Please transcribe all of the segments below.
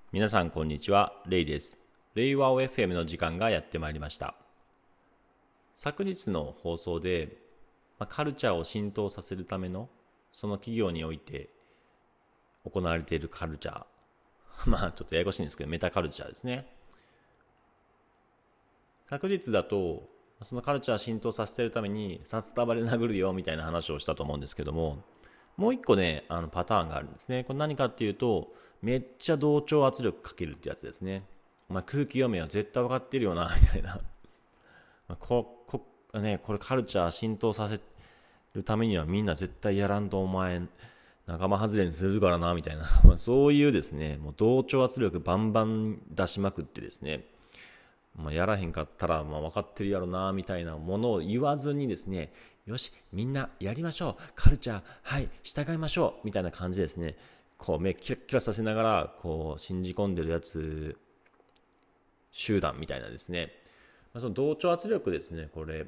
皆さんこんにちは、レイです。レイワオ FM の時間がやってまいりました。昨日の放送で、カルチャーを浸透させるためのその企業において行われているカルチャーちょっとややこしいんですけど、メタカルチャーですね。昨日だとそのカルチャーを浸透させるために札束で殴るよみたいな話をしたと思うんですけども、もう一個ね、パターンがあるんですね。これ何かっていうと、めっちゃ同調圧力かけるってやつですね。お前空気読めよ、絶対分かってるよな、みたいな。これカルチャー浸透させるためにはみんな絶対やらんとお前仲間外れにするからな、みたいな。そういうですね、もう同調圧力バンバン出しまくってですね、やらへんかったら分かってるやろなみたいなものを言わずにですね、よしみんなやりましょう、カルチャーはい従いましょうみたいな感じですね、こう目キラキラさせながらこう信じ込んでるやつ集団みたいなですね、その同調圧力ですね、これ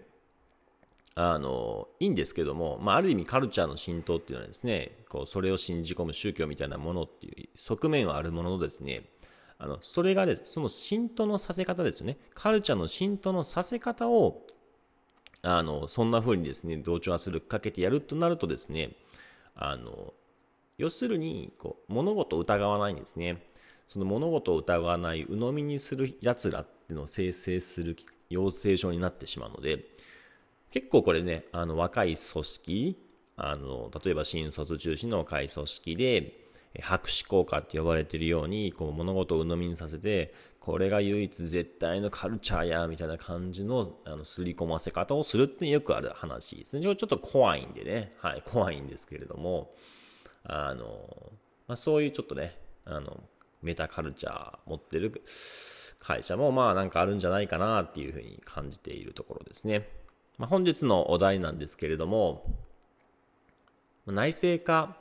いいんですけども、ある意味カルチャーの浸透っていうのはですね、こうそれを信じ込む宗教みたいなものっていう側面はあるもののですね、それがです、その浸透のさせ方ですよね。カルチャーの浸透のさせ方を、そんな風にですね、同調圧力かけてやるとなるとですね、要するに、物事を疑わないんですね。その物事を疑わない、鵜呑みにする奴らっていうのを生成する養成所になってしまうので、結構これね、若い組織、例えば新卒中心の若い組織で、博士効果って呼ばれているようにこう物事を鵜呑みにさせて、これが唯一絶対のカルチャーやみたいな感じの刷り込ませ方をするってよくある話ですね。ちょっと怖いんでね、怖いんですけれども、そういうちょっとね、メタカルチャー持ってる会社もなんかあるんじゃないかなっていうふうに感じているところですね。本日のお題なんですけれども、内製化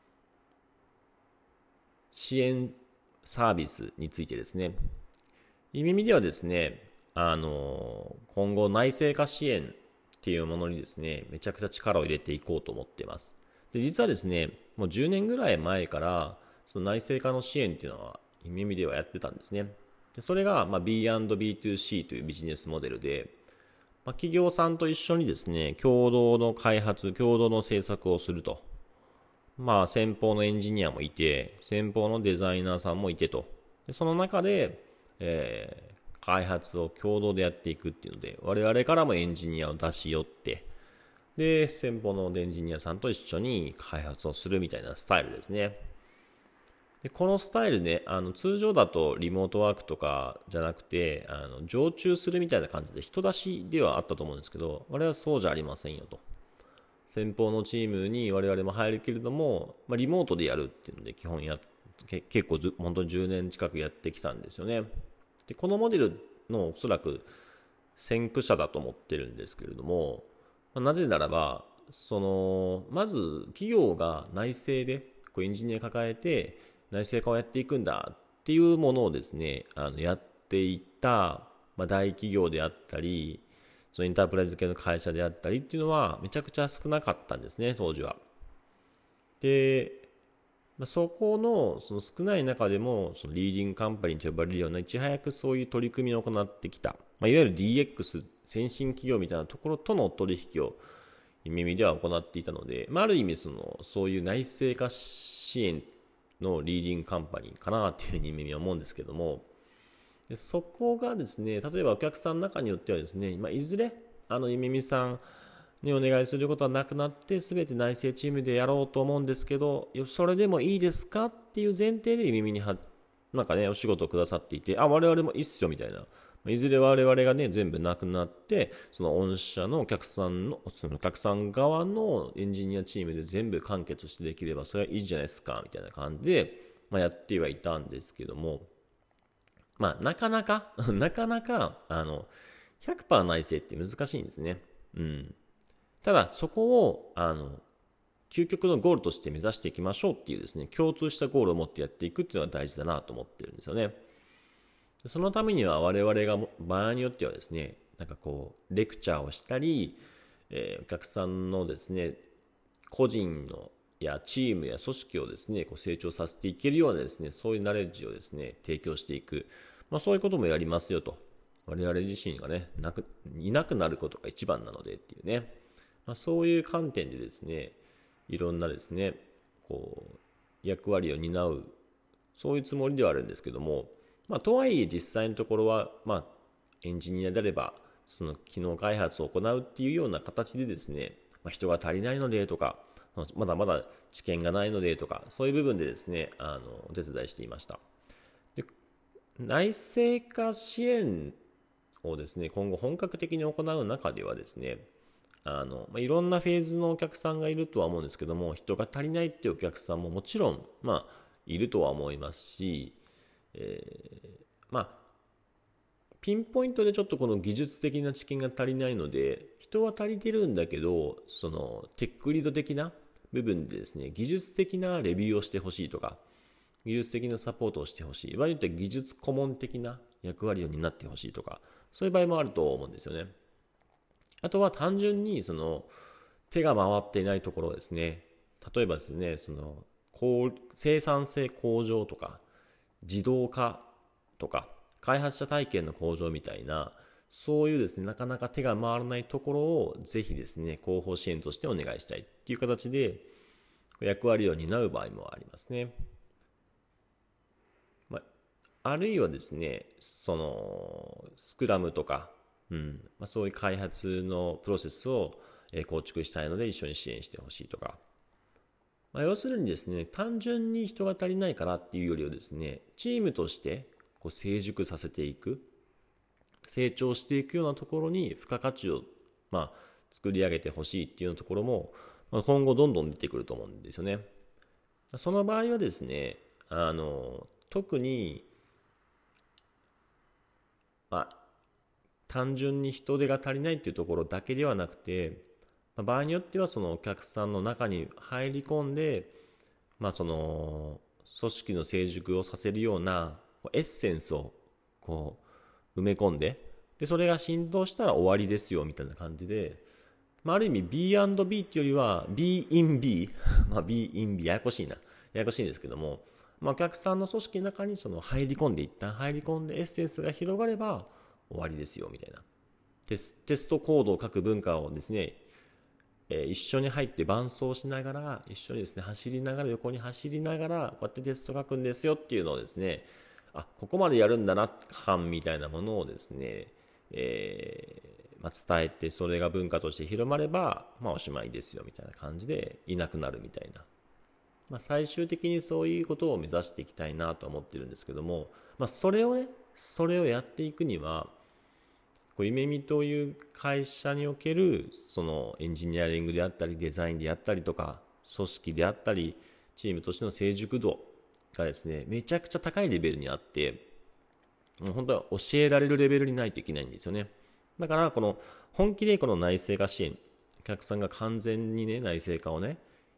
支援サービスについてですね。いい意味ではですね、今後内製化支援っていうものにですね、めちゃくちゃ力を入れていこうと思っています。で、実はですね、もう10年ぐらい前から、その内製化の支援っていうのは、いい意味ではやってたんですね。でそれが、B&B2C というビジネスモデルで、企業さんと一緒にですね、共同の開発、共同の制作をすると。先方のエンジニアもいて、先方のデザイナーさんもいてと。でその中で、開発を共同でやっていくっていうので、我々からもエンジニアを出し寄って、で、先方のエンジニアさんと一緒に開発をするみたいなスタイルですね。でこのスタイルね、通常だとリモートワークとかじゃなくて、常駐するみたいな感じで人出しではあったと思うんですけど、我々はそうじゃありませんよと。先方のチームに我々も入るけれども、リモートでやるっていうので基本結構本当に10年近くやってきたんですよね。でこのモデルのおそらく先駆者だと思ってるんですけれども、なぜならばまず企業が内製でエンジニア抱えて内製化をやっていくんだっていうものをですね、やっていた、大企業であったり、そのインタープライズ系の会社であったりっていうのはめちゃくちゃ少なかったんですね、当時は。で、そこのその少ない中でもそのリーディングカンパニーと呼ばれるようないち早くそういう取り組みを行ってきた、いわゆる DX 先進企業みたいなところとの取引を耳では行っていたので、ある意味そういう内製化支援のリーディングカンパニーかなっていうふうに耳は思うんですけども、でそこがですね、例えばお客さんの中によってはですね、いずれゆめみさんにお願いすることはなくなって全て内製チームでやろうと思うんですけど、それでもいいですかっていう前提で耳になんかねお仕事をくださっていて、我々もいいっすよみたいな、いずれ我々がね全部なくなって、その御社のお客さんのそのお客さん側のエンジニアチームで全部完結してできればそれはいいじゃないですかみたいな感じで、やってはいたんですけども、なかなかなかなか100% 内製って難しいんですね。ただそこを究極のゴールとして目指していきましょうっていうですね、共通したゴールを持ってやっていくっていうのは大事だなと思ってるんですよね。そのためには我々が場合によってはですね、なんかレクチャーをしたり、お客さんのですね個人のやチームや組織をですね、こう成長させていけるようなですね、そういうナレッジをですね、提供していく。そういうこともやりますよと。我々自身がね、いなくなることが一番なのでっていうね。そういう観点でですね、いろんなですね、こう、役割を担う、そういうつもりではあるんですけども、とはいえ実際のところは、エンジニアであれば、その機能開発を行うっていうような形でですね、人が足りないのでとか、まだまだ知見がないのでとか、そういう部分でですね、お手伝いしていました。で、内製化支援をですね、今後本格的に行う中ではですね、いろんなフェーズのお客さんがいるとは思うんですけども、人が足りないっていうお客さんももちろん、いるとは思いますし、ピンポイントでちょっとこの技術的な知見が足りないので、人は足りてるんだけど、そのテックリード的な部分でですね、技術的なレビューをしてほしいとか、技術的なサポートをしてほしい。いわゆる技術顧問的な役割を担ってほしいとか、そういう場合もあると思うんですよね。あとは単純にその手が回っていないところですね。例えばですね、その生産性向上とか、自動化とか、開発者体験の向上みたいな、そういうですね、なかなか手が回らないところをぜひですね、広報支援としてお願いしたいっていう形で役割を担う場合もありますね。あるいはですね、そのスクラムとか、そういう開発のプロセスを構築したいので一緒に支援してほしいとか、要するにですね、単純に人が足りないからっていうよりはですね、チームとしてこう成熟させていく、成長していくようなところに付加価値を、作り上げてほしいっていうところも、今後どんどん出てくると思うんですよね。その場合はですね、特に、単純に人手が足りないっていうところだけではなくて、場合によってはそのお客さんの中に入り込んで、その組織の成熟をさせるようなエッセンスをこう埋め込んで、それが浸透したら終わりですよみたいな感じで、ある意味 B&B っていうよりは B in B B in B ややこしいんですけども、お客さんの組織の中にその一旦入り込んでエッセンスが広がれば終わりですよみたいな。テストコードを書く文化をですね、一緒に入って伴走しながら、一緒にですね、横に走りながら、こうやってテスト書くんですよっていうのをですね、ここまでやるんだな、感みたいなものをですね、伝えて、それが文化として広まれば、おしまいですよみたいな感じでいなくなるみたいな。最終的にそういうことを目指していきたいなと思ってるんですけども、それをやっていくには、夢見という会社におけるそのエンジニアリングであったりデザインであったりとか組織であったりチームとしての成熟度がですねめちゃくちゃ高いレベルにあって、もう本当は教えられるレベルにないといけないんですよね。だからこの本気でこの内製化支援、お客さんが完全にね内製化をね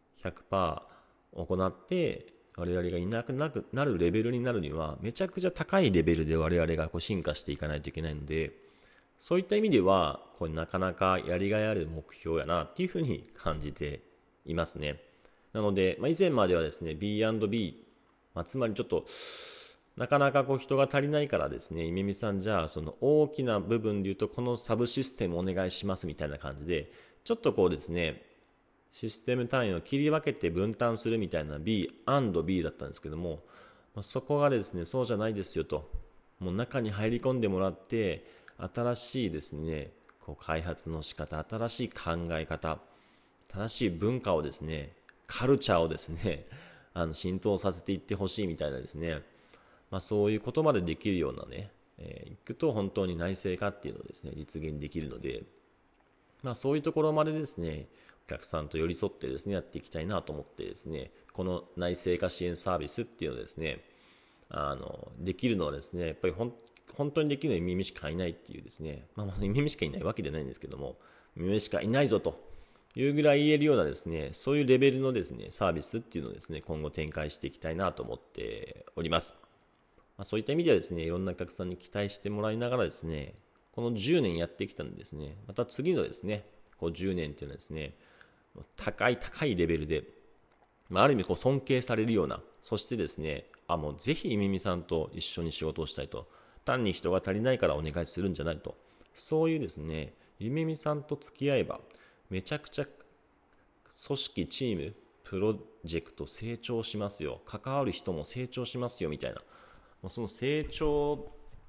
100% 行って我々がいなくなるレベルになるにはめちゃくちゃ高いレベルで我々が進化していかないといけないので、そういった意味ではこれなかなかやりがいある目標やなっていうふうに感じていますね。なので、以前まではですね B&B、つまりちょっとなかなか人が足りないからですね、イメミさんじゃあその大きな部分で言うとこのサブシステムお願いしますみたいな感じでちょっとですねシステム単位を切り分けて分担するみたいな B&B だったんですけども、そこがですねそうじゃないですよと、もう中に入り込んでもらって新しいですね開発の仕方、新しい考え方、正しい文化をですねカルチャーをですね浸透させていってほしいみたいなですね、そういうことまでできるようなね、いくと本当に内製化っていうのをですね実現できるので、そういうところまでですねお客さんと寄り添ってですねやっていきたいなと思ってですね、この内製化支援サービスっていうのをですねできるのはですねやっぱり本当にできるのは耳しかいないっていうですね、耳しかいないわけではないんですけども、耳しかいないぞというぐらい言えるようなですね、そういうレベルのですねサービスっていうのをですね今後展開していきたいなと思っております。そういった意味ではですね、いろんなお客さんに期待してもらいながらですね、この10年やってきたんでですね、また次のですね、10年っていうのはですね、高いレベルである意味こう尊敬されるような、そしてですね、もうぜひイミミさんと一緒に仕事をしたいと、単に人が足りないからお願いするんじゃないと、そういうですね、イミミさんと付き合えばめちゃくちゃ組織、チーム、プロジェクト成長しますよ、関わる人も成長しますよみたいな、もうその成長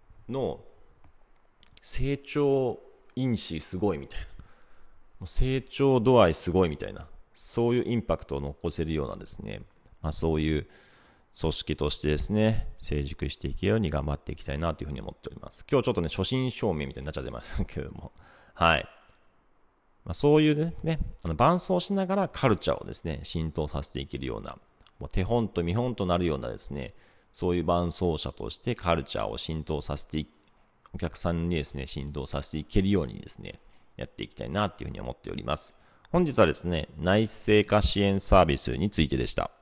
因子すごいみたいな、もう成長度合いすごいみたいな、そういうインパクトを残せるようなですね、そういう組織としてですね、成熟していけるように頑張っていきたいなというふうに思っております。今日ちょっとね、初心表明みたいになっちゃってましたけれども、はい。そういうですね、伴走しながらカルチャーをですね、浸透させていけるような、もう手本と見本となるようなですね、そういう伴走者としてカルチャーを浸透させてお客さんにですね、浸透させていけるようにですね、やっていきたいなというふうに思っております。本日はですね、内製化支援サービスについてでした。